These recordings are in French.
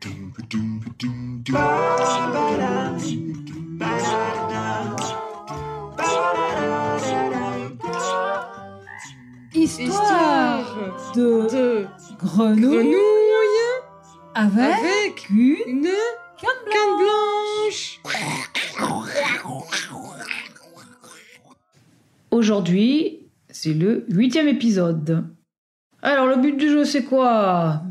Histoire de grenouille avec une canne blanche. Aujourd'hui, c'est le 8e épisode. Alors, le but du jeu, c'est quoi?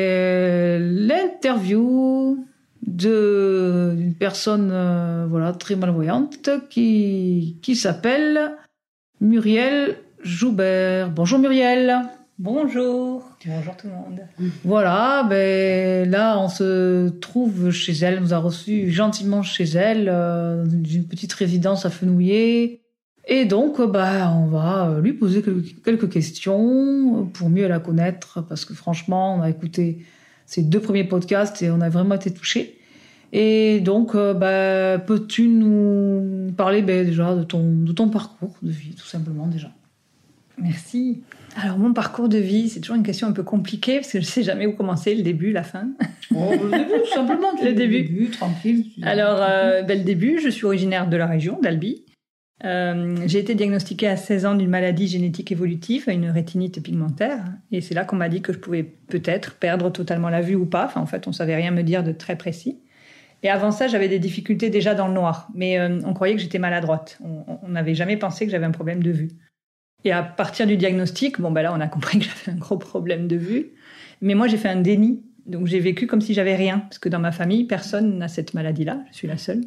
L'interview d'une personne très malvoyante qui s'appelle Muriel Joubert. Bonjour Muriel. Bonjour. Bonjour tout le monde. Voilà, là on se trouve chez elle, elle nous a reçus gentiment chez elle, d'une petite résidence à Fenouillet. Et donc, on va lui poser quelques questions pour mieux la connaître, parce que franchement, on a écouté ses 2 premiers podcasts et on a vraiment été touchés. Et donc, peux-tu nous parler déjà de ton parcours de vie, tout simplement déjà? Merci. Alors, mon parcours de vie, c'est toujours une question un peu compliquée, parce que je ne sais jamais où commencer, le début, la fin. Le début, tout simplement. Le début, tranquille. Alors, le début, je suis originaire de la région, d'Albi. J'ai été diagnostiquée à 16 ans d'une maladie génétique évolutive, une rétinite pigmentaire, et c'est là qu'on m'a dit que je pouvais peut-être perdre totalement la vue ou pas. Enfin, en fait, on savait rien me dire de très précis. Et avant ça, j'avais des difficultés déjà dans le noir, mais on croyait que j'étais maladroite. On n'avait jamais pensé que j'avais un problème de vue. Et à partir du diagnostic, là, on a compris que j'avais un gros problème de vue. Mais moi, j'ai fait un déni, donc j'ai vécu comme si j'avais rien, parce que dans ma famille, personne n'a cette maladie-là. Je suis la seule,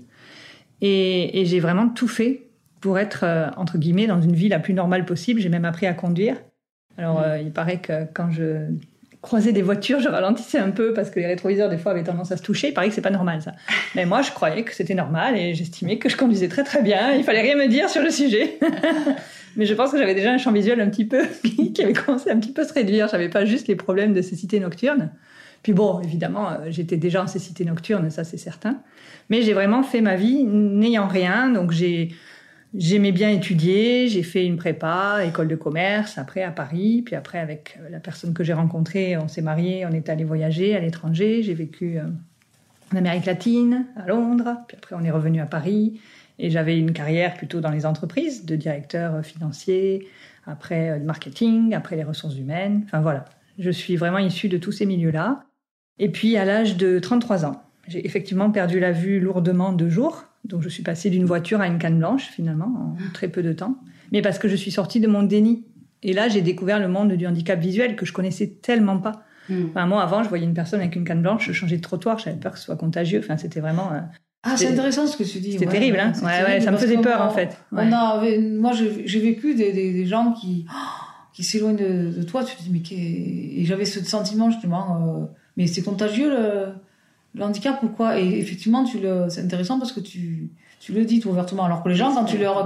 et j'ai vraiment tout fait pour être, entre guillemets, dans une vie la plus normale possible. J'ai même appris à conduire. Alors, il paraît que quand je croisais des voitures, je ralentissais un peu parce que les rétroviseurs, des fois, avaient tendance à se toucher. Il paraît que c'est pas normal, ça. Mais moi, je croyais que c'était normal et j'estimais que je conduisais très, très bien. Il fallait rien me dire sur le sujet. Mais je pense que j'avais déjà un champ visuel un petit peu qui avait commencé à un petit peu se réduire. J'avais pas juste les problèmes de cécité nocturne. Puis bon, évidemment, j'étais déjà en cécité nocturne, ça, c'est certain. Mais j'ai vraiment fait ma vie n'ayant rien. Donc, j'aimais bien étudier, j'ai fait une prépa, école de commerce, après à Paris, puis après avec la personne que j'ai rencontrée, on s'est mariés, on est allé voyager à l'étranger, j'ai vécu en Amérique latine, à Londres, puis après on est revenu à Paris, et j'avais une carrière plutôt dans les entreprises, de directeur financier, après le marketing, après les ressources humaines, enfin voilà, je suis vraiment issue de tous ces milieux-là. Et puis à l'âge de 33 ans, j'ai effectivement perdu la vue lourdement 2 jours. Donc je suis passée d'une voiture à une canne blanche, finalement, en très peu de temps. Mais parce que je suis sortie de mon déni. Et là, j'ai découvert le monde du handicap visuel que je connaissais tellement pas. Enfin, moi, avant, je voyais une personne avec une canne blanche, je changeais de trottoir, j'avais peur que ce soit contagieux. Enfin, c'était vraiment... c'est intéressant ce que tu dis. C'était terrible, hein. Ouais, ça me faisait peur, en fait. Ouais. Moi, j'ai vécu des gens qui s'éloignent de toi. Tu te dis, et j'avais ce sentiment, justement, mais c'est contagieux, le handicap ou quoi? Et effectivement, c'est intéressant parce que tu le dis tout ouvertement. Alors que les gens, quand tu leur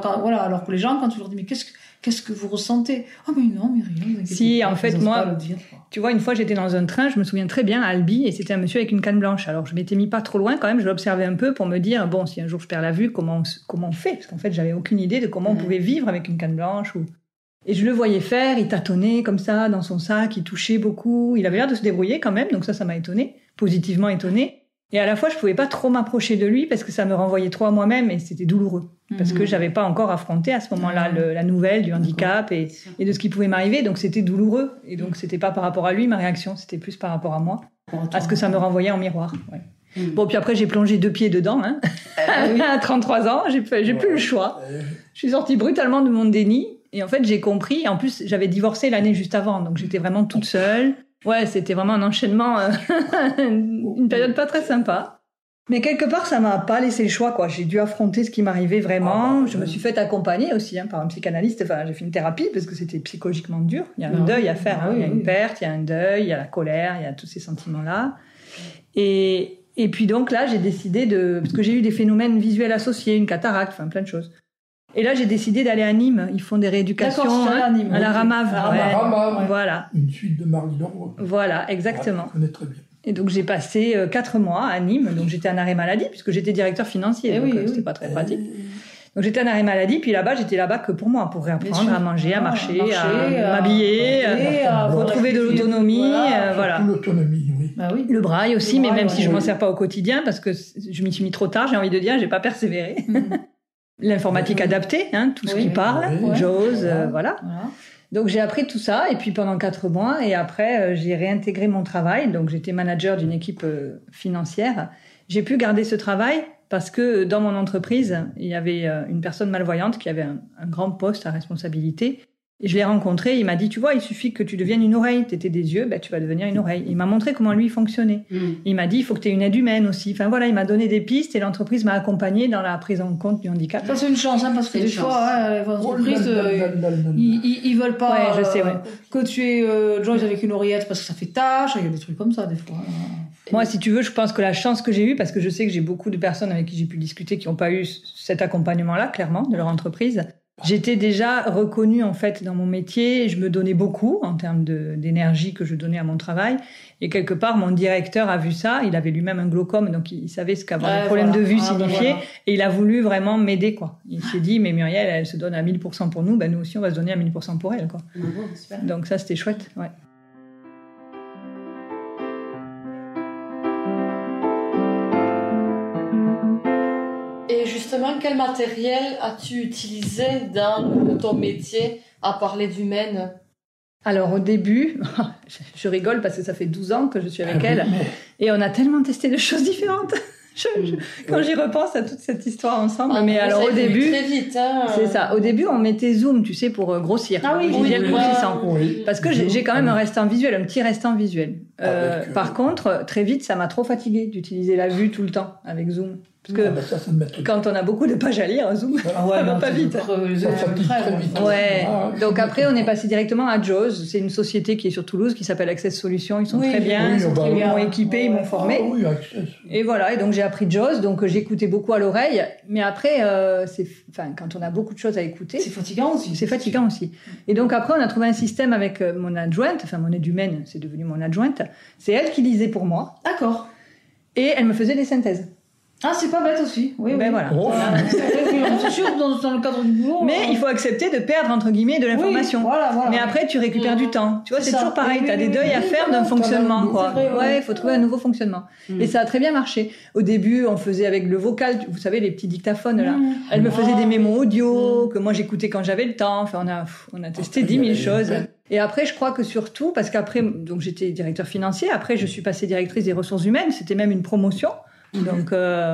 dis, mais qu'est-ce que vous ressentez? Oh, mais non, mais rien. Si, en fait, moi, tu vois, une fois, j'étais dans un train, je me souviens très bien, à Albi, et c'était un monsieur avec une canne blanche. Alors, je m'étais mis pas trop loin quand même, je l'observais un peu pour me dire, bon, si un jour je perds la vue, comment on fait? Parce qu'en fait, j'avais aucune idée de comment on pouvait vivre avec une canne blanche Et je le voyais faire, il tâtonnait comme ça dans son sac, il touchait beaucoup. Il avait l'air de se débrouiller quand même, donc ça m'a étonnée, positivement étonnée. Et à la fois, je pouvais pas trop m'approcher de lui parce que ça me renvoyait trop à moi-même et c'était douloureux. Parce que j'avais pas encore affronté à ce moment-là la nouvelle du handicap et de ce qui pouvait m'arriver, donc c'était douloureux. Et donc c'était pas par rapport à lui ma réaction, c'était plus par rapport à moi, à ce que ça me renvoyait en miroir. Ouais. Bon, puis après j'ai plongé 2 pieds dedans, hein. À 33 ans, j'ai plus le choix. Je suis sortie brutalement de mon déni. Et en fait, j'ai compris. En plus, j'avais divorcé l'année juste avant, donc j'étais vraiment toute seule. Ouais, c'était vraiment un enchaînement, une période pas très sympa. Mais quelque part, ça m'a pas laissé le choix, quoi. J'ai dû affronter ce qui m'arrivait vraiment. Je me suis fait accompagner aussi, par un psychanalyste. Enfin, j'ai fait une thérapie parce que c'était psychologiquement dur. Il y a un deuil à faire. Il y a une perte, il y a un deuil, il y a la colère, il y a tous ces sentiments-là. Et puis donc là, j'ai décidé parce que j'ai eu des phénomènes visuels associés, une cataracte, enfin plein de choses. Et là, j'ai décidé d'aller à Nîmes. Ils font des rééducations à la Ramave. Voilà. Une suite de Marly Leroy. Voilà, exactement. Je connais très bien. Et donc, j'ai passé 4 mois à Nîmes. Donc, j'étais en arrêt maladie, puisque j'étais directeur financier. Donc, c'était pas très pratique. Donc, j'étais en arrêt maladie. Puis là-bas, j'étais là-bas que pour moi, pour réapprendre à manger, à marcher, à m'habiller, à retrouver de l'autonomie. Voilà. L'autonomie, oui. Ah oui. Le braille aussi, mais même si je oui. m'en sers pas au quotidien, parce que je m'y suis mis trop tard, j'ai envie de dire, j'ai pas persévéré. L'informatique adaptée, tout ce qui parle, oui. JAWS, voilà. Voilà. Donc j'ai appris tout ça, et puis pendant 4 mois, et après j'ai réintégré mon travail, donc j'étais manager d'une équipe financière. J'ai pu garder ce travail parce que dans mon entreprise, il y avait une personne malvoyante qui avait un grand poste à responsabilité. Et je l'ai rencontré, il m'a dit, tu vois, il suffit que tu deviennes une oreille. Tu étais des yeux, tu vas devenir une oreille. Il m'a montré comment lui fonctionnait. Il m'a dit, il faut que tu aies une aide humaine aussi. Enfin voilà, il m'a donné des pistes et l'entreprise m'a accompagné dans la prise en compte du handicap. Ça, c'est une chance, parce que des fois, les entreprises, ils veulent pas Ouais, je sais, que tu aies Joyce avec une oreillette parce que ça fait tâche. Il y a des trucs comme ça, des fois. Moi, si tu veux, je pense que la chance que j'ai eue, parce que je sais que j'ai beaucoup de personnes avec qui j'ai pu discuter qui n'ont pas eu cet accompagnement-là, clairement, de leur entreprise. J'étais déjà reconnue, en fait, dans mon métier. Je me donnais beaucoup en termes d'énergie que je donnais à mon travail. Et quelque part, mon directeur a vu ça. Il avait lui-même un glaucome, donc il savait ce qu'avoir un problème de vue signifiait. Et il a voulu vraiment m'aider, quoi. Il s'est dit, mais Muriel, elle se donne à 1000% pour nous, nous aussi, on va se donner à 1000% pour elle, quoi. Donc ça, c'était chouette, ouais. Et justement, quel matériel as-tu utilisé dans ton métier à parler d'humaine? Alors au début, je rigole parce que ça fait 12 ans que je suis avec elle et on a tellement testé de choses différentes. Quand j'y repense à toute cette histoire ensemble, mais alors au début, très vite, c'est ça. Au début, on mettait Zoom, tu sais, pour grossir, visuel grossissant, parce que j'ai quand même un restant visuel, un petit restant visuel. Par contre, très vite, ça m'a trop fatiguée d'utiliser la vue tout le temps avec Zoom. Parce que quand on a beaucoup de pages à lire, Zoom, ça va pas vite. Très vite. Ouais. Donc après, on est passé directement à JAWS. C'est une société qui est sur Toulouse, qui s'appelle Access Solutions. Ils sont très bien, ils m'ont équipé, ils m'ont formé. Et voilà. Et donc j'ai appris JAWS. Donc j'écoutais beaucoup à l'oreille. Mais après, quand on a beaucoup de choses à écouter, c'est fatigant aussi. C'est fatigant aussi. Et donc après, on a trouvé un système avec mon adjointe, enfin mon aide humaine, c'est devenu mon adjointe. C'est elle qui lisait pour moi. D'accord. Et elle me faisait des synthèses. Ah, c'est pas bête aussi. Oui, ben oui. Voilà. C'est sûr, dans le cadre du boulot. Mais il faut accepter de perdre, entre guillemets, de l'information. Oui, voilà. Mais après, tu récupères du temps. Tu vois, c'est toujours pareil. Tu as des deuils à faire d'un fonctionnement, quoi. Il faut trouver un nouveau fonctionnement. Et ça a très bien marché. Au début, on faisait avec le vocal, vous savez, les petits dictaphones, là. Elle me faisait des mémos audio, que moi j'écoutais quand j'avais le temps. Enfin, on a testé 10 000 choses. Et après, je crois que surtout, parce qu'après, donc j'étais directeur financier. Après, je suis passée directrice des ressources humaines. C'était même une promotion. Donc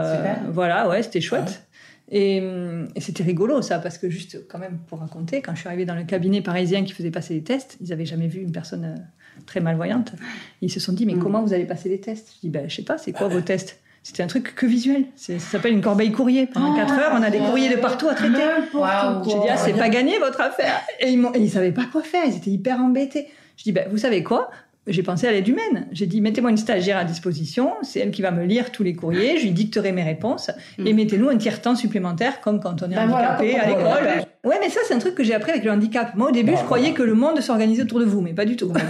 voilà, ouais, c'était chouette. Et c'était rigolo ça, parce que juste quand même pour raconter, quand je suis arrivée dans le cabinet parisien qui faisait passer les tests, ils n'avaient jamais vu une personne très malvoyante. Ils se sont dit, mais comment vous allez passer les tests? Je dis, je sais pas, c'est quoi vos tests? C'était un truc que visuel. Ça s'appelle une corbeille courrier. Pendant 4 heures, on a des courriers de partout à traiter. J'ai dit, c'est pas gagné votre affaire. Et ils savaient pas quoi faire, ils étaient hyper embêtés. Je dis, vous savez quoi? J'ai pensé à l'aide humaine. J'ai dit, mettez-moi une stagiaire à disposition. C'est elle qui va me lire tous les courriers. Je lui dicterai mes réponses. Et mettez-nous un tiers-temps supplémentaire, comme quand on est handicapé à l'école. Ouais, mais ça, c'est un truc que j'ai appris avec le handicap. Moi, au début, je croyais que le monde s'organisait autour de vous, mais pas du tout. Non,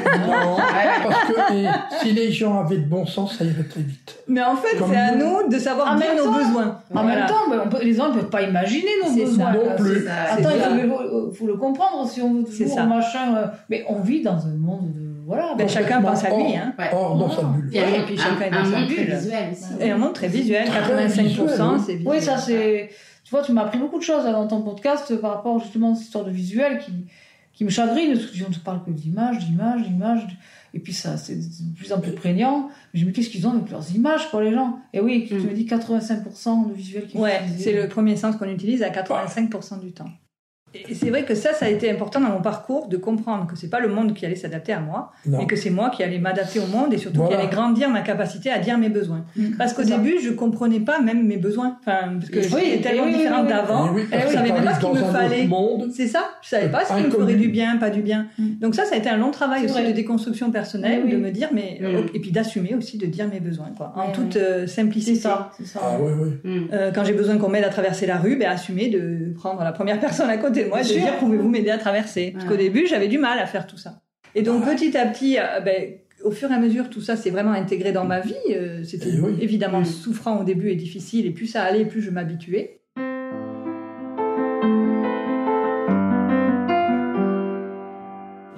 parce que si les gens avaient de bon sens, ça irait très vite. Mais en fait, c'est à nous de savoir dire nos besoins. En même temps, les gens ne peuvent pas imaginer nos besoins. Non plus. Attends, il faut le comprendre si on veut toujours machin. Mais on vit dans un monde de... Voilà, chacun pense à lui. Hors dans sa bulle. Et puis chacun est dans sa bulle. Et un monde très visuel, 85%, c'est visuel. Oui, ça c'est... Tu vois, tu m'as appris beaucoup de choses dans ton podcast par rapport justement à cette histoire de visuel qui me chagrine, parce que on ne te parle que d'images. Et puis ça, c'est de plus en plus prégnant. Mais je me dis, qu'est-ce qu'ils ont avec leurs images, quoi, les gens? Et oui, tu me dis 85% de visuel qui est utilisé. C'est le premier sens qu'on utilise à 85% du temps. Et c'est vrai que ça a été important dans mon parcours de comprendre que c'est pas le monde qui allait s'adapter à moi, mais que c'est moi qui allais m'adapter au monde et surtout qui allait grandir ma capacité à dire mes besoins. Parce qu'au début, je comprenais pas même mes besoins. Enfin, parce que j'étais tellement différente d'avant. Je savais même pas ce qu'il me fallait. C'est ça. Je savais pas ce qui me ferait du bien, pas du bien. Donc ça a été un long travail aussi de déconstruction personnelle, de me dire, et puis d'assumer aussi de dire mes besoins, quoi. En toute simplicité. C'est ça. Ah oui. Quand j'ai besoin qu'on m'aide à traverser la rue, assumer de prendre la première personne à côté de moi et de dire, pouvez-vous m'aider à traverser? Parce qu'au début, j'avais du mal à faire tout ça. Et donc, petit à petit, au fur et à mesure, tout ça s'est vraiment intégré dans ma vie. C'était évidemment souffrant au début et difficile, et plus ça allait, plus je m'habituais.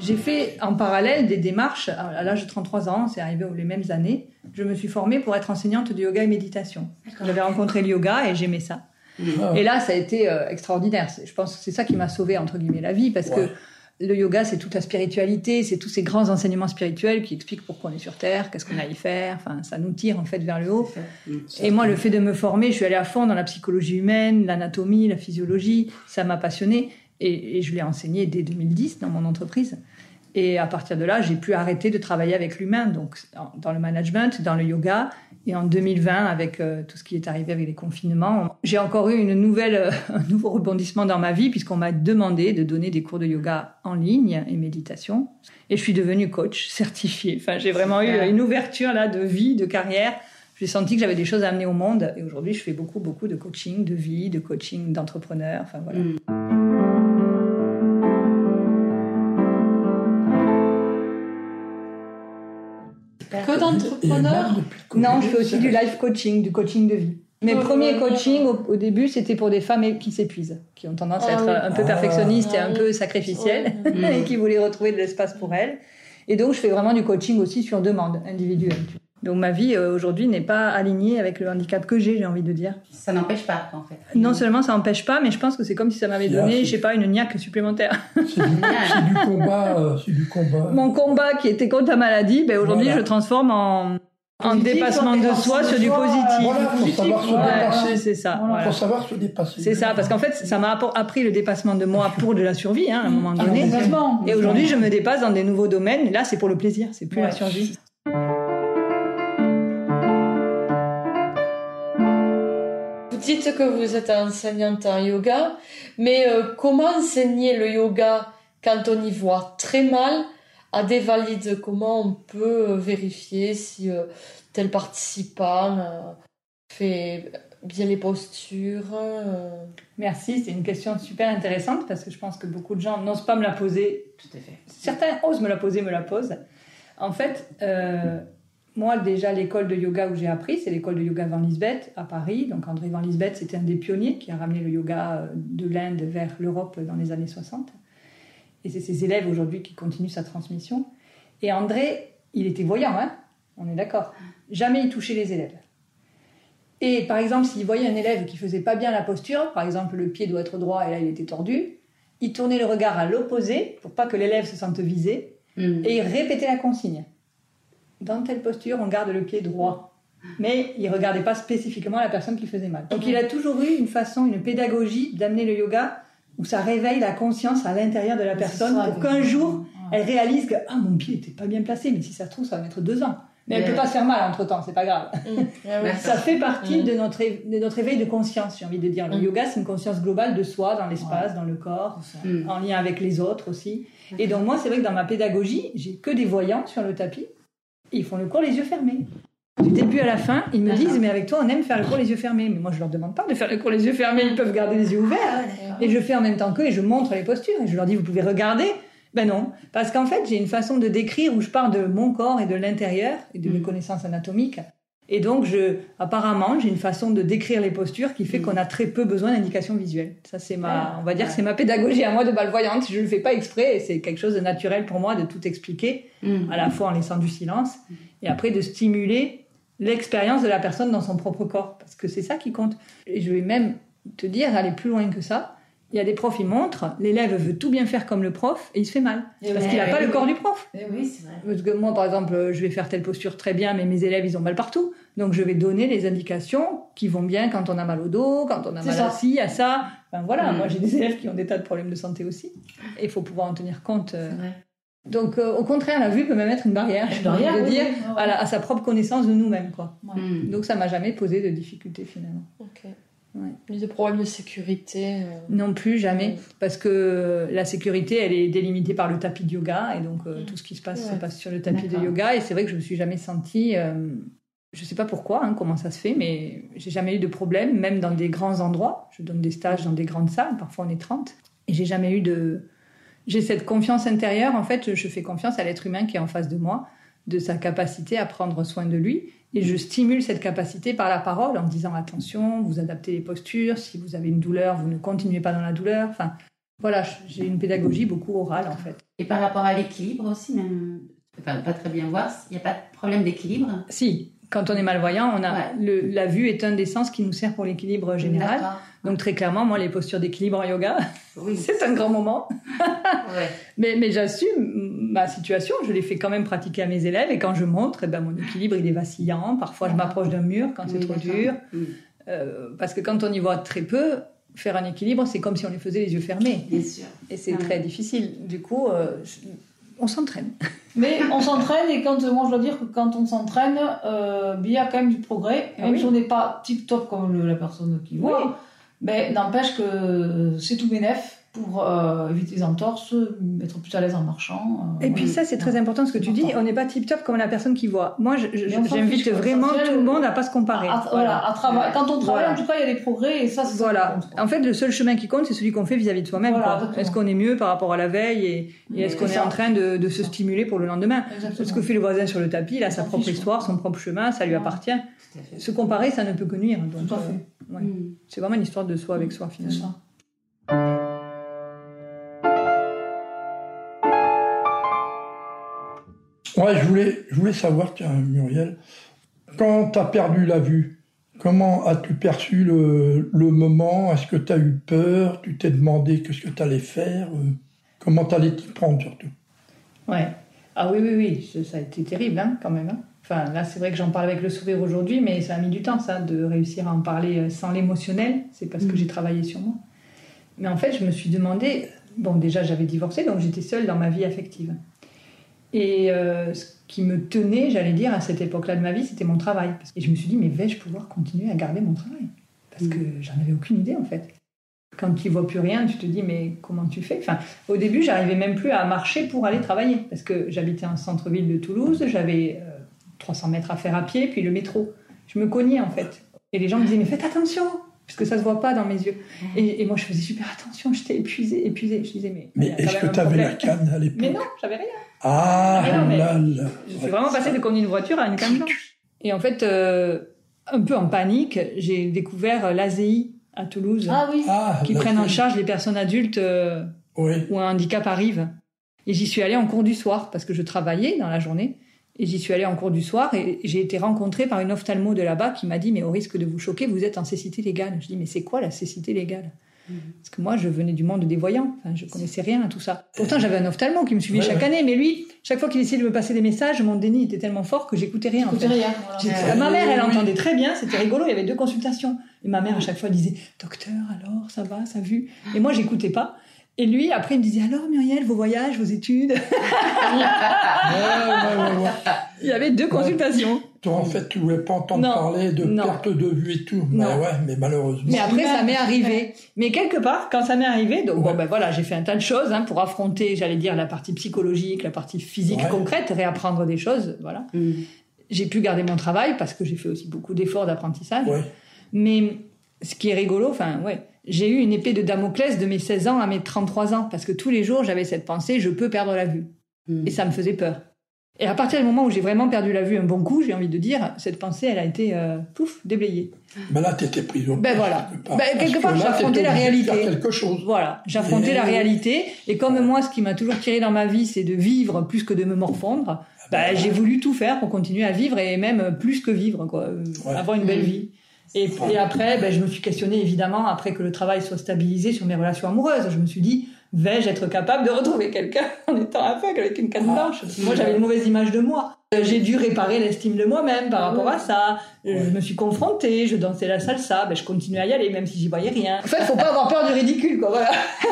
J'ai fait en parallèle des démarches. À l'âge de 33 ans, c'est arrivé les mêmes années. Je me suis formée pour être enseignante de yoga et méditation. J'avais rencontré le yoga et j'aimais ça. Et là, ça a été extraordinaire. Je pense que c'est ça qui m'a sauvée, entre guillemets, la vie, parce que le yoga, c'est toute la spiritualité, c'est tous ces grands enseignements spirituels qui expliquent pourquoi on est sur Terre, qu'est-ce qu'on a à y faire. Enfin, ça nous tire en fait vers le haut. Et moi, le fait de me former, je suis allée à fond dans la psychologie humaine, l'anatomie, la physiologie. Ça m'a passionnée et je l'ai enseigné dès 2010 dans mon entreprise. Et à partir de là, j'ai pu arrêter de travailler avec l'humain, donc dans le management, dans le yoga. Et en 2020, avec tout ce qui est arrivé avec les confinements, j'ai encore eu un nouveau rebondissement dans ma vie, puisqu'on m'a demandé de donner des cours de yoga en ligne et méditation. Et je suis devenue coach certifiée. Enfin, j'ai vraiment eu une ouverture là de vie, de carrière. J'ai senti que j'avais des choses à amener au monde. Et aujourd'hui, je fais beaucoup de coaching de vie, de coaching d'entrepreneurs. Enfin, voilà. Que d'entrepreneurs? Non, je fais aussi du life coaching, du coaching de vie. Mes premiers coachings, au début, c'était pour des femmes qui s'épuisent, qui ont tendance à être un peu perfectionnistes et un peu sacrificielles, et qui voulaient retrouver de l'espace pour elles. Et donc, je fais vraiment du coaching aussi sur demande, individuelle. Donc, ma vie, aujourd'hui, n'est pas alignée avec le handicap que j'ai envie de dire. Ça n'empêche pas, en fait. Non seulement ça n'empêche pas, mais je pense que c'est comme si ça m'avait donné, je sais pas, une niaque supplémentaire. C'est du combat, c'est du combat. Mon combat qui était contre la maladie, aujourd'hui, je le transforme en dépassement de soi sur du positif. Voilà, faut savoir se dépasser. C'est ça. Voilà. Faut savoir se dépasser. C'est ça, parce qu'en fait, ça m'a appris le dépassement de moi pour de la survie, à un moment donné. Complètement. Et aujourd'hui, je me dépasse dans des nouveaux domaines. Et là, c'est pour le plaisir, c'est plus la survie. Vous dites que vous êtes enseignante en yoga, mais comment enseigner le yoga quand on y voit très mal à des valides? Comment on peut vérifier si tel participant fait bien les postures? Merci, c'est une question super intéressante parce que je pense que beaucoup de gens n'osent pas me la poser. Tout à fait. Certains osent me la posent. En fait, moi déjà l'école de yoga où j'ai appris, c'est l'école de yoga Van Liesbeth à Paris. Donc André Van Liesbeth, c'était un des pionniers qui a ramené le yoga de l'Inde vers l'Europe dans les années 60. Et c'est ses élèves aujourd'hui qui continuent sa transmission. Et André, il était voyant, hein, on est d'accord. Jamais il touchait les élèves. Et par exemple, s'il voyait un élève qui faisait pas bien la posture, par exemple le pied doit être droit et là il était tordu, il tournait le regard à l'opposé pour pas que l'élève se sente visé et il répétait la consigne. Dans telle posture, on garde le pied droit. Mais il regardait pas spécifiquement la personne qui faisait mal. Donc il a toujours eu une pédagogie d'amener le yoga où ça réveille la conscience à l'intérieur de la personne pour qu'un jour, elle réalise que « Ah, mon pied n'était pas bien placé, mais si ça se trouve, ça va mettre 2 ans. » Mais elle ne peut pas se faire mal entre-temps, c'est pas grave. Ça fait partie de notre éveil de conscience, j'ai envie de dire. Le yoga, c'est une conscience globale de soi, dans l'espace, dans le corps, en lien avec les autres aussi. Et donc moi, c'est vrai que dans ma pédagogie, j'ai que des voyants sur le tapis. Et ils font le cours les yeux fermés. Du début à la fin, ils me disent « Mais avec toi, on aime faire le cours les yeux fermés. » Mais moi, je leur demande pas de faire le cours les yeux fermés. Ils peuvent garder les yeux ouverts. Et je fais en même temps qu'eux et je montre les postures. Et je leur dis « Vous pouvez regarder ?» Ben non. Parce qu'en fait, j'ai une façon de décrire où je parle de mon corps et de l'intérieur et de mes connaissances anatomiques. Et donc, apparemment, j'ai une façon de décrire les postures qui fait qu'on a très peu besoin d'indications visuelles. Ça, c'est on va dire, c'est ma pédagogie à moi de malvoyante. Je le fais pas exprès et c'est quelque chose de naturel pour moi de tout expliquer, à la fois en laissant du silence et après de stimuler l'expérience de la personne dans son propre corps. Parce que c'est ça qui compte. Et je vais même te dire, aller plus loin que ça. Il y a des profs, ils montrent, l'élève veut tout bien faire comme le prof et il se fait mal. Parce qu'il n'a pas le corps du prof. Oui, c'est vrai. Parce que moi, par exemple, je vais faire telle posture très bien, mais mes élèves, ils ont mal partout. Donc, je vais donner les indications qui vont bien quand on a mal au dos, quand on a mal à ci, à ça. Enfin, voilà, moi, j'ai des élèves qui ont des tas de problèmes de santé aussi. Et il faut pouvoir en tenir compte. Donc, au contraire, la vue peut même être une barrière. À sa propre connaissance de nous-mêmes, quoi. Donc, ça m'a jamais posé de difficulté, finalement. Ok. Ni de problème de sécurité Non plus, jamais. Parce que la sécurité, elle est délimitée par le tapis de yoga. Et donc, tout ce qui se passe sur le tapis de yoga. Et c'est vrai que je me suis jamais sentie... je sais pas pourquoi, comment ça se fait, mais j'ai jamais eu de problème, même dans des grands endroits. Je donne des stages dans des grandes salles. Parfois, on est 30. Et j'ai jamais eu de... J'ai cette confiance intérieure. En fait, je fais confiance à l'être humain qui est en face de moi, de sa capacité à prendre soin de lui. Et je stimule cette capacité par la parole en disant attention, vous adaptez les postures, si vous avez une douleur, vous ne continuez pas dans la douleur. Enfin, Voilà, j'ai une pédagogie beaucoup orale en fait. Et par rapport à l'équilibre aussi, même, pas très bien voir, il n'y a pas de problème d'équilibre? Si, quand on est malvoyant, la vue est un des sens qui nous sert pour l'équilibre général. D'accord. Donc très clairement, moi, les postures d'équilibre en yoga, c'est un grand moment. mais j'assume ma situation, je l'ai fait quand même pratiquer à mes élèves, et quand je montre, mon équilibre, il est vacillant. Parfois, je m'approche d'un mur quand c'est trop dur. Parce que quand on y voit très peu, faire un équilibre, c'est comme si on les faisait les yeux fermés. Bien sûr. Et c'est très difficile. Du coup, on s'entraîne. Mais on s'entraîne, et moi je dois dire que quand on s'entraîne, il y a quand même du progrès. Même si on n'est pas tip-top comme la personne qui voit, mais n'empêche que c'est tout bénef pour éviter les entorses, être plus à l'aise en marchant. Et puis ça, c'est très important ce que tu dis. On n'est pas tip-top comme la personne qui voit. Moi, j'invite vraiment tout le monde à pas se comparer. Quand on travaille, en tout cas, il y a des progrès, et ça, c'est voilà. En fait, le seul chemin qui compte, c'est celui qu'on fait vis-à-vis de soi-même. Est-ce qu'on est mieux par rapport à la veille, et est-ce qu'on est en train de se stimuler pour le lendemain? Ce que fait le voisin sur le tapis, il a sa propre histoire, son propre chemin, ça lui appartient. Se comparer, ça ne peut que nuire. Donc, c'est vraiment une histoire de soi avec soi, finalement. Ouais, je voulais savoir, tiens, Muriel, quand tu as perdu la vue, comment as-tu perçu le moment? Est-ce que tu as eu peur? Tu t'es demandé qu'est-ce que tu allais faire? Comment tu allais t'y prendre, surtout? Ouais. Ah oui, ça a été terrible, quand même. Enfin, là, c'est vrai que j'en parle avec le sourire aujourd'hui, mais ça a mis du temps, ça, de réussir à en parler sans l'émotionnel. C'est parce que j'ai travaillé sur moi. Mais en fait, je me suis demandé... Bon, déjà, j'avais divorcé, donc j'étais seule dans ma vie affective. Et ce qui me tenait, j'allais dire, à cette époque-là de ma vie, c'était mon travail. Et je me suis dit, mais vais-je pouvoir continuer à garder mon travail? Parce que j'en avais aucune idée, en fait. Quand tu ne vois plus rien, tu te dis, mais comment tu fais? Enfin, au début, j'arrivais même plus à marcher pour aller travailler. Parce que j'habitais en centre-ville de Toulouse, j'avais 300 mètres à faire à pied, puis le métro. Je me cognais, en fait. Et les gens me disaient, mais faites attention, puisque ça ne se voit pas dans mes yeux. Et moi, je faisais super attention, j'étais épuisée. Je disais, mais est-ce que tu avais la canne à l'époque? Mais non, j'avais rien. Je suis vraiment passée de conduire une voiture à une canne blanche. Et en fait, un peu en panique, j'ai découvert l'ASEI à Toulouse, qui prennent en charge les personnes adultes où un handicap arrive. Et j'y suis allée en cours du soir, parce que je travaillais dans la journée. Et j'y suis allée en cours du soir, et j'ai été rencontrée par une ophtalmo de là-bas qui m'a dit, mais au risque de vous choquer, vous êtes en cécité légale. Je dis, mais c'est quoi la cécité légale? Parce que moi, je venais du monde des voyants. Enfin, je connaissais rien à tout ça. Pourtant, j'avais un ophtalmo qui me suivait chaque année. Mais lui, chaque fois qu'il essayait de me passer des messages, mon déni était tellement fort que j'écoutais rien. Ma mère, elle entendait très bien. C'était rigolo. Il y avait 2 consultations. Et ma mère, à chaque fois, disait, docteur, alors, ça va, ça a vu? Et moi, j'écoutais pas. Et lui, après, il me disait, alors, Muriel, vos voyages, vos études? Il y avait 2 consultations. Toi, en fait, tu voulais pas entendre parler de perte de vue et tout. Mais malheureusement. Mais après, ça m'est arrivé. Mais quelque part, quand ça m'est arrivé, donc j'ai fait un tas de choses pour affronter, j'allais dire, la partie psychologique, la partie physique concrète, réapprendre des choses, voilà. J'ai pu garder mon travail parce que j'ai fait aussi beaucoup d'efforts d'apprentissage. Mais ce qui est rigolo, j'ai eu une épée de Damoclès de mes 16 ans à mes 33 ans, parce que tous les jours, j'avais cette pensée, je peux perdre la vue. Et ça me faisait peur. Et à partir du moment où j'ai vraiment perdu la vue un bon coup, j'ai envie de dire, cette pensée, elle a été, déblayée. Ben là, t'étais prise au piège. Quelque part, j'affrontais la réalité. Quelque chose. Voilà, j'affrontais la réalité. Et comme moi, ce qui m'a toujours tiré dans ma vie, c'est de vivre plus que de me morfondre, j'ai voulu tout faire pour continuer à vivre, et même plus que vivre, avoir une belle vie. Et après, je me suis questionnée, évidemment, après que le travail soit stabilisé, sur mes relations amoureuses. Je me suis dit, vais-je être capable de retrouver quelqu'un en étant aveugle avec une canne blanche? Moi, j'avais une mauvaise image de moi. J'ai dû réparer l'estime de moi-même par rapport à ça. Je me suis confrontée, je dansais la salsa, je continuais à y aller, même si j'y voyais rien. En fait, faut pas avoir peur du ridicule, voilà.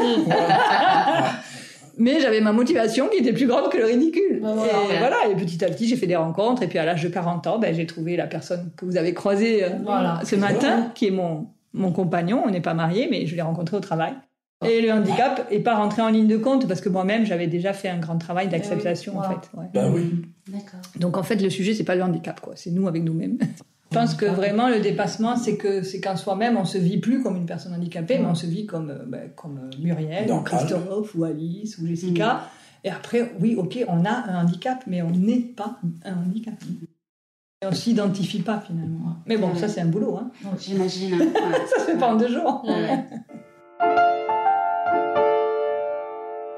Mais j'avais ma motivation qui était plus grande que le ridicule. Et petit à petit, j'ai fait des rencontres. Et puis, à l'âge de 40 ans, j'ai trouvé la personne que vous avez croisée ce matin, qui est mon compagnon. On n'est pas mariés, mais je l'ai rencontré au travail. Et le handicap n'est pas rentré en ligne de compte, parce que moi-même, j'avais déjà fait un grand travail d'acceptation, en fait. D'accord. Donc, en fait, le sujet, c'est pas le handicap, c'est nous avec nous-mêmes. Je pense que vraiment, le dépassement, c'est qu'en soi-même, on se vit plus comme une personne handicapée, mais on se vit comme Muriel, ou Christophe, ou Alice, ou Jessica. Et après, on a un handicap, mais on n'est pas un handicap. Et on s'identifie pas, finalement. Mais bon, ça, c'est un boulot. J'imagine. Ça se fait pas en 2 jours.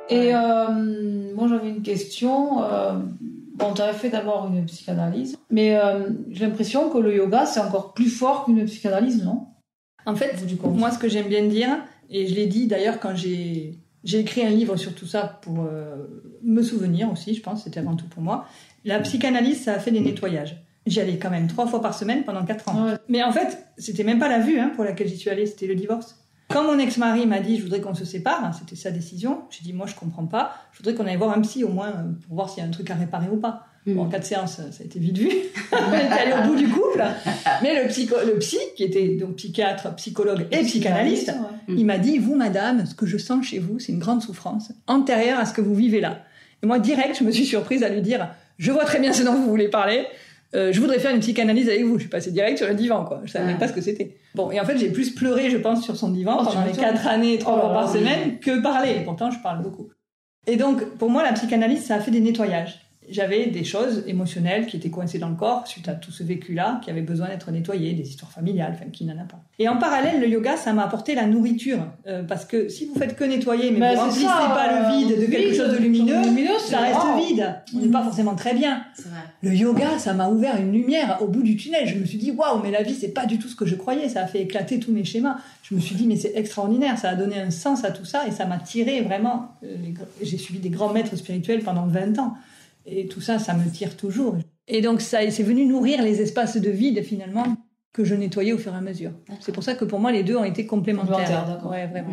Et moi, j'avais une question. Bon, tu avais fait d'abord une psychanalyse, mais j'ai l'impression que le yoga, c'est encore plus fort qu'une psychanalyse, non? En fait, moi, ce que j'aime bien dire, et je l'ai dit d'ailleurs quand j'ai écrit un livre sur tout ça pour me souvenir aussi, je pense, c'était avant tout pour moi, la psychanalyse, ça a fait des nettoyages. J'y allais quand même 3 fois par semaine pendant 4 ans. Ouais. Mais en fait, c'était même pas la vue pour laquelle j'y suis allée, c'était le divorce. Quand mon ex-mari m'a dit « je voudrais qu'on se sépare », c'était sa décision, j'ai dit « moi je comprends pas, je voudrais qu'on aille voir un psy au moins pour voir s'il y a un truc à réparer ou pas ». Bon, en 4 séances, ça a été vite vu. On était allé au bout du couple. Mais le psy, qui était donc psychiatre, psychologue et psychanalyste, il m'a dit « vous madame, ce que je sens chez vous, c'est une grande souffrance antérieure à ce que vous vivez là ». Et moi, direct, je me suis surprise à lui dire « je vois très bien ce dont vous voulez parler ». Je voudrais faire une psychanalyse avec vous. Je suis passée direct sur le divan, quoi. Je savais même pas ce que c'était. Bon, et en fait, j'ai plus pleuré, je pense, sur son divan pendant les 4 années, 3 fois par semaine, que parler. Et pourtant, je parle beaucoup. Et donc, pour moi, la psychanalyse, ça a fait des nettoyages. J'avais des choses émotionnelles qui étaient coincées dans le corps suite à tout ce vécu-là, qui avaient besoin d'être nettoyées, des histoires familiales, enfin, qui n'en a pas. Et en parallèle, le yoga, ça m'a apporté la nourriture. Parce que si vous faites que nettoyer, mais vous remplissez pas le vide de quelque chose de lumineux, ça reste vide. On n'est pas forcément très bien. Le yoga, ça m'a ouvert une lumière au bout du tunnel. Je me suis dit, waouh, mais la vie, c'est pas du tout ce que je croyais. Ça a fait éclater tous mes schémas. Je me suis dit, mais c'est extraordinaire. Ça a donné un sens à tout ça et ça m'a tiré vraiment. J'ai suivi des grands maîtres spirituels pendant 20 ans. Et tout ça, ça me tire toujours. Et donc, ça, c'est venu nourrir les espaces de vide, finalement, que je nettoyais au fur et à mesure. D'accord. C'est pour ça que pour moi, les deux ont été complémentaires. D'accord. Ouais, vraiment.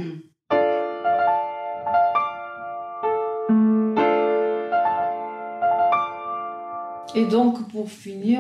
Et donc, pour finir,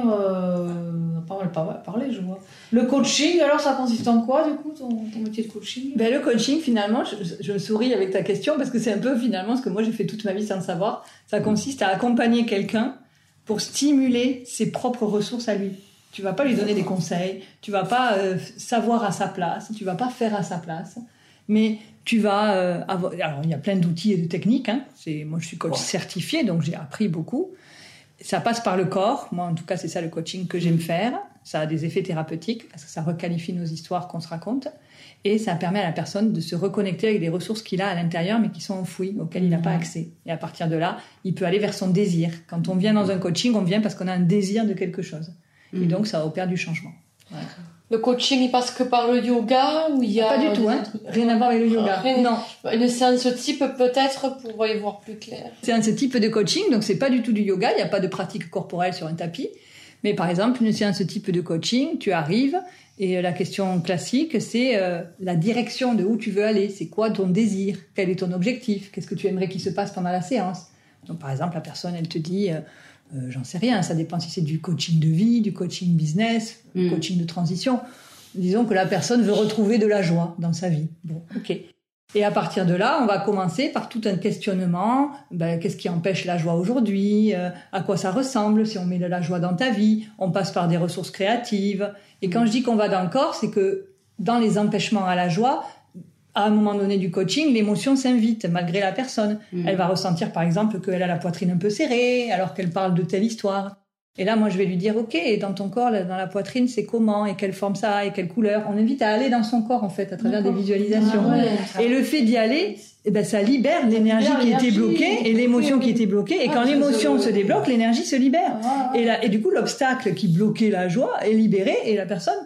on a pas mal parlé, je vois. Le coaching, alors, ça consiste en quoi, du coup, ton métier de coaching? Ben, le coaching, finalement, je souris avec ta question, parce que c'est un peu, finalement, ce que moi, j'ai fait toute ma vie sans le savoir. Ça consiste à accompagner quelqu'un pour stimuler ses propres ressources à lui. Tu vas pas lui donner des conseils, tu vas pas savoir à sa place, tu vas pas faire à sa place, mais tu vas avoir... Alors, il y a plein d'outils et de techniques. Moi, je suis coach certifié, donc j'ai appris beaucoup. Ça passe par le corps. Moi, en tout cas, c'est ça le coaching que j'aime faire. Ça a des effets thérapeutiques parce que ça requalifie nos histoires qu'on se raconte. Et ça permet à la personne de se reconnecter avec des ressources qu'il a à l'intérieur, mais qui sont enfouies, auxquelles il n'a pas accès. Et à partir de là, il peut aller vers son désir. Quand on vient dans un coaching, on vient parce qu'on a un désir de quelque chose. Et donc, ça opère du changement. Ouais. Le coaching, il passe que par le yoga ou il y a... Pas du tout, rien à voir avec le yoga. Non. Une séance type, peut-être, pour y voir plus clair. C'est un type de coaching, donc c'est pas du tout du yoga, il n'y a pas de pratique corporelle sur un tapis. Mais par exemple, une séance type de coaching, tu arrives, et la question classique, c'est la direction de où tu veux aller. C'est quoi ton désir? Quel est ton objectif? Qu'est-ce que tu aimerais qu'il se passe pendant la séance? Donc par exemple, la personne, elle te dit... j'en sais rien, ça dépend si c'est du coaching de vie, du coaching business, du coaching de transition. Disons que la personne veut retrouver de la joie dans sa vie. Bon, ok. Et à partir de là, on va commencer par tout un questionnement. Qu'est-ce qui empêche la joie aujourd'hui? À quoi ça ressemble si on met de la joie dans ta vie? On passe par des ressources créatives. Et quand je dis qu'on va dans le corps, c'est que dans les empêchements à la joie, à un moment donné du coaching, l'émotion s'invite malgré la personne. Elle va ressentir par exemple qu'elle a la poitrine un peu serrée alors qu'elle parle de telle histoire. Et là, moi, je vais lui dire, ok, dans ton corps, dans la poitrine, c'est comment et quelle forme ça a et quelle couleur. On invite à aller dans son corps, en fait, à travers des visualisations. Et le fait d'y aller, ça libère l'énergie qui était bloquée et l'émotion qui était bloquée. Et quand l'émotion se débloque, l'énergie se libère. Et du coup, l'obstacle qui bloquait la joie est libéré et la personne...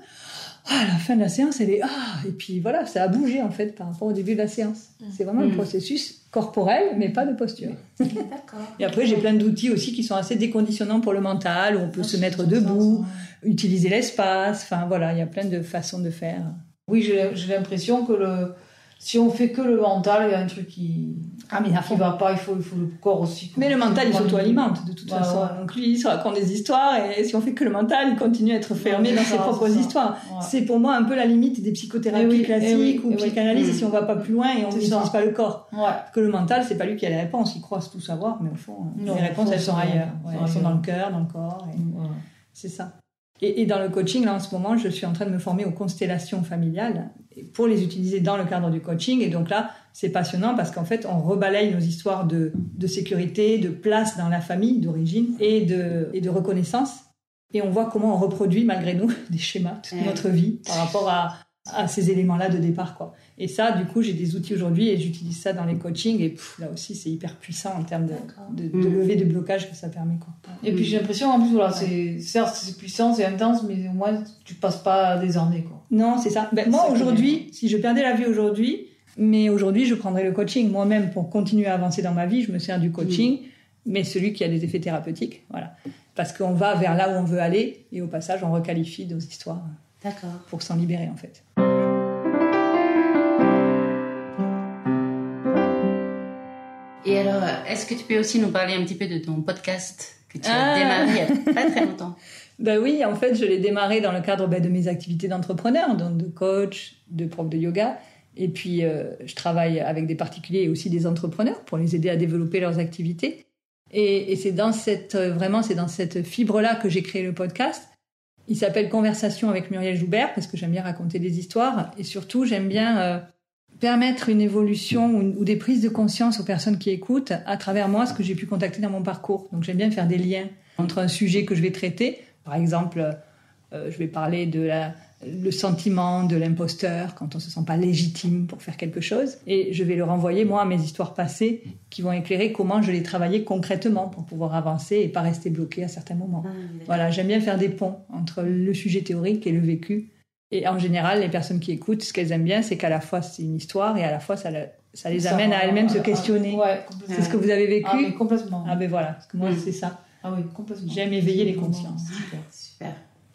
à la fin de la séance, elle est... et puis voilà, ça a bougé en fait par rapport au début de la séance. C'est vraiment un processus corporel, mais pas de posture. D'accord. Et après, j'ai plein d'outils aussi qui sont assez déconditionnants pour le mental, où on peut se mettre debout, utiliser l'espace. Enfin voilà, il y a plein de façons de faire. Oui, j'ai l'impression que si on fait que le mental, il y a un truc qui va pas, il faut le corps aussi. Mais le mental, il s'auto-alimente de toute façon. Ouais. Donc lui, il se raconte des histoires et si on fait que le mental, il continue à être fermé dans ses propres histoires. Ouais. C'est pour moi un peu la limite des psychothérapies classiques ou psychanalyse, si on va pas plus loin et on n'utilise pas le corps. Ouais. Parce que le mental, c'est pas lui qui a les réponses, il croit tout savoir, mais au fond, les réponses, elles sont ailleurs. Elles sont dans le cœur, dans le corps. C'est ça. Et dans le coaching, là, en ce moment, je suis en train de me former aux constellations familiales pour les utiliser dans le cadre du coaching. Et donc là, c'est passionnant parce qu'en fait, on rebalaye nos histoires de sécurité, de place dans la famille d'origine et de reconnaissance. Et on voit comment on reproduit, malgré nous, des schémas toute notre vie par rapport à à ces éléments-là de départ, quoi. Et ça, du coup, j'ai des outils aujourd'hui et j'utilise ça dans les coachings. Et là aussi, c'est hyper puissant en termes de levée de blocage que ça permet, quoi. Et puis j'ai l'impression, en plus, voilà, certes, c'est puissant, c'est intense, mais au moins, tu passes pas des années, quoi. Non, c'est ça. Moi, aujourd'hui, si je perdais la vue aujourd'hui, mais aujourd'hui, je prendrais le coaching moi-même pour continuer à avancer dans ma vie. Je me sers du coaching, mais celui qui a des effets thérapeutiques, voilà. Parce qu'on va vers là où on veut aller et au passage, on requalifie nos histoires. D'accord. Pour s'en libérer, en fait. Et alors, est-ce que tu peux aussi nous parler un petit peu de ton podcast que tu as démarré il n'y a pas très longtemps? Oui, en fait, je l'ai démarré dans le cadre de mes activités d'entrepreneur, donc de coach, de prof de yoga. Et puis, je travaille avec des particuliers et aussi des entrepreneurs pour les aider à développer leurs activités. Et c'est dans cette fibre-là que j'ai créé le podcast. Il s'appelle Conversation avec Muriel Joubert parce que j'aime bien raconter des histoires et surtout, j'aime bien permettre une évolution ou des prises de conscience aux personnes qui écoutent à travers moi, ce que j'ai pu contacter dans mon parcours. Donc, j'aime bien faire des liens entre un sujet que je vais traiter. Par exemple, je vais parler le sentiment de l'imposteur quand on se sent pas légitime pour faire quelque chose. Et je vais le renvoyer, moi, à mes histoires passées qui vont éclairer comment je l'ai travaillé concrètement pour pouvoir avancer et pas rester bloqué à certains moments. Voilà, j'aime bien faire des ponts entre le sujet théorique et le vécu. Et en général, les personnes qui écoutent, ce qu'elles aiment bien, c'est qu'à la fois, c'est une histoire et à la fois, ça les amène à elles-mêmes se questionner. Ouais, complètement. C'est ce que vous avez vécu? Ah, mais complètement. Ah, ben voilà, parce que moi, c'est ça. Ah oui, complètement. J'aime éveiller les consciences. Super.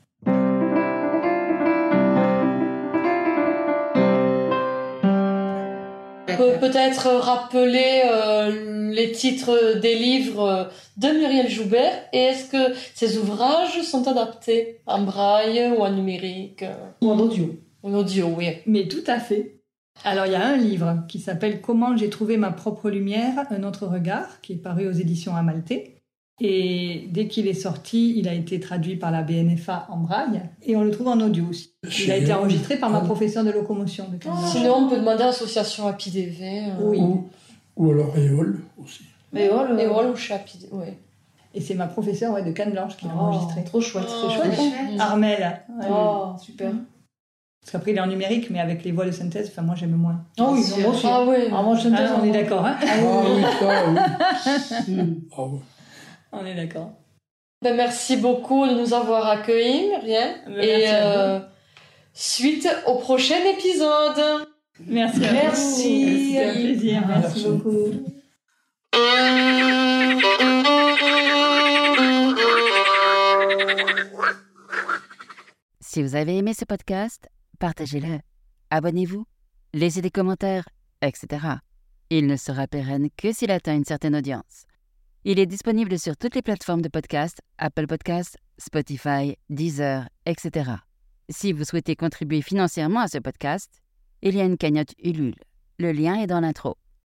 Peut-être rappeler les titres des livres de Muriel Joubert et est-ce que ces ouvrages sont adaptés en braille ou en numérique Ou en audio. En audio, oui. Mais tout à fait. Alors, il y a un livre qui s'appelle « Comment j'ai trouvé ma propre lumière, un autre regard » qui est paru aux éditions Amalthée. Et dès qu'il est sorti, il a été traduit par la BNFA en braille et on le trouve en audio aussi. Il a été enregistré par ma professeure de locomotion de 15 ans. Sinon, on peut demander à l'association Happy DV. Oui. Ou alors Éole aussi. Éole ou chez Happy DV, oui. Et c'est ma professeure de Canne Blanche qui l'a enregistré. Trop chouette. C'est chouette. chouette. Armelle. Ouais. Oh, super. Parce qu'après, il est en numérique, mais avec les voix de synthèse, moi, j'aime moins. Ah oui, moi aussi. Ah oui. Ah, moi, je on est d'accord, hein? Ah oui, ça, oui. Ah ouais. On est d'accord. Merci beaucoup de nous avoir accueillis, Muriel. Merci à vous. Suite au prochain épisode. Merci à vous. Merci. C'était un plaisir. Merci beaucoup. Si vous avez aimé ce podcast, partagez-le, abonnez-vous, laissez des commentaires, etc. Il ne sera pérenne que s'il atteint une certaine audience. Il est disponible sur toutes les plateformes de podcast, Apple Podcasts, Spotify, Deezer, etc. Si vous souhaitez contribuer financièrement à ce podcast, il y a une cagnotte Ulule. Le lien est dans l'intro.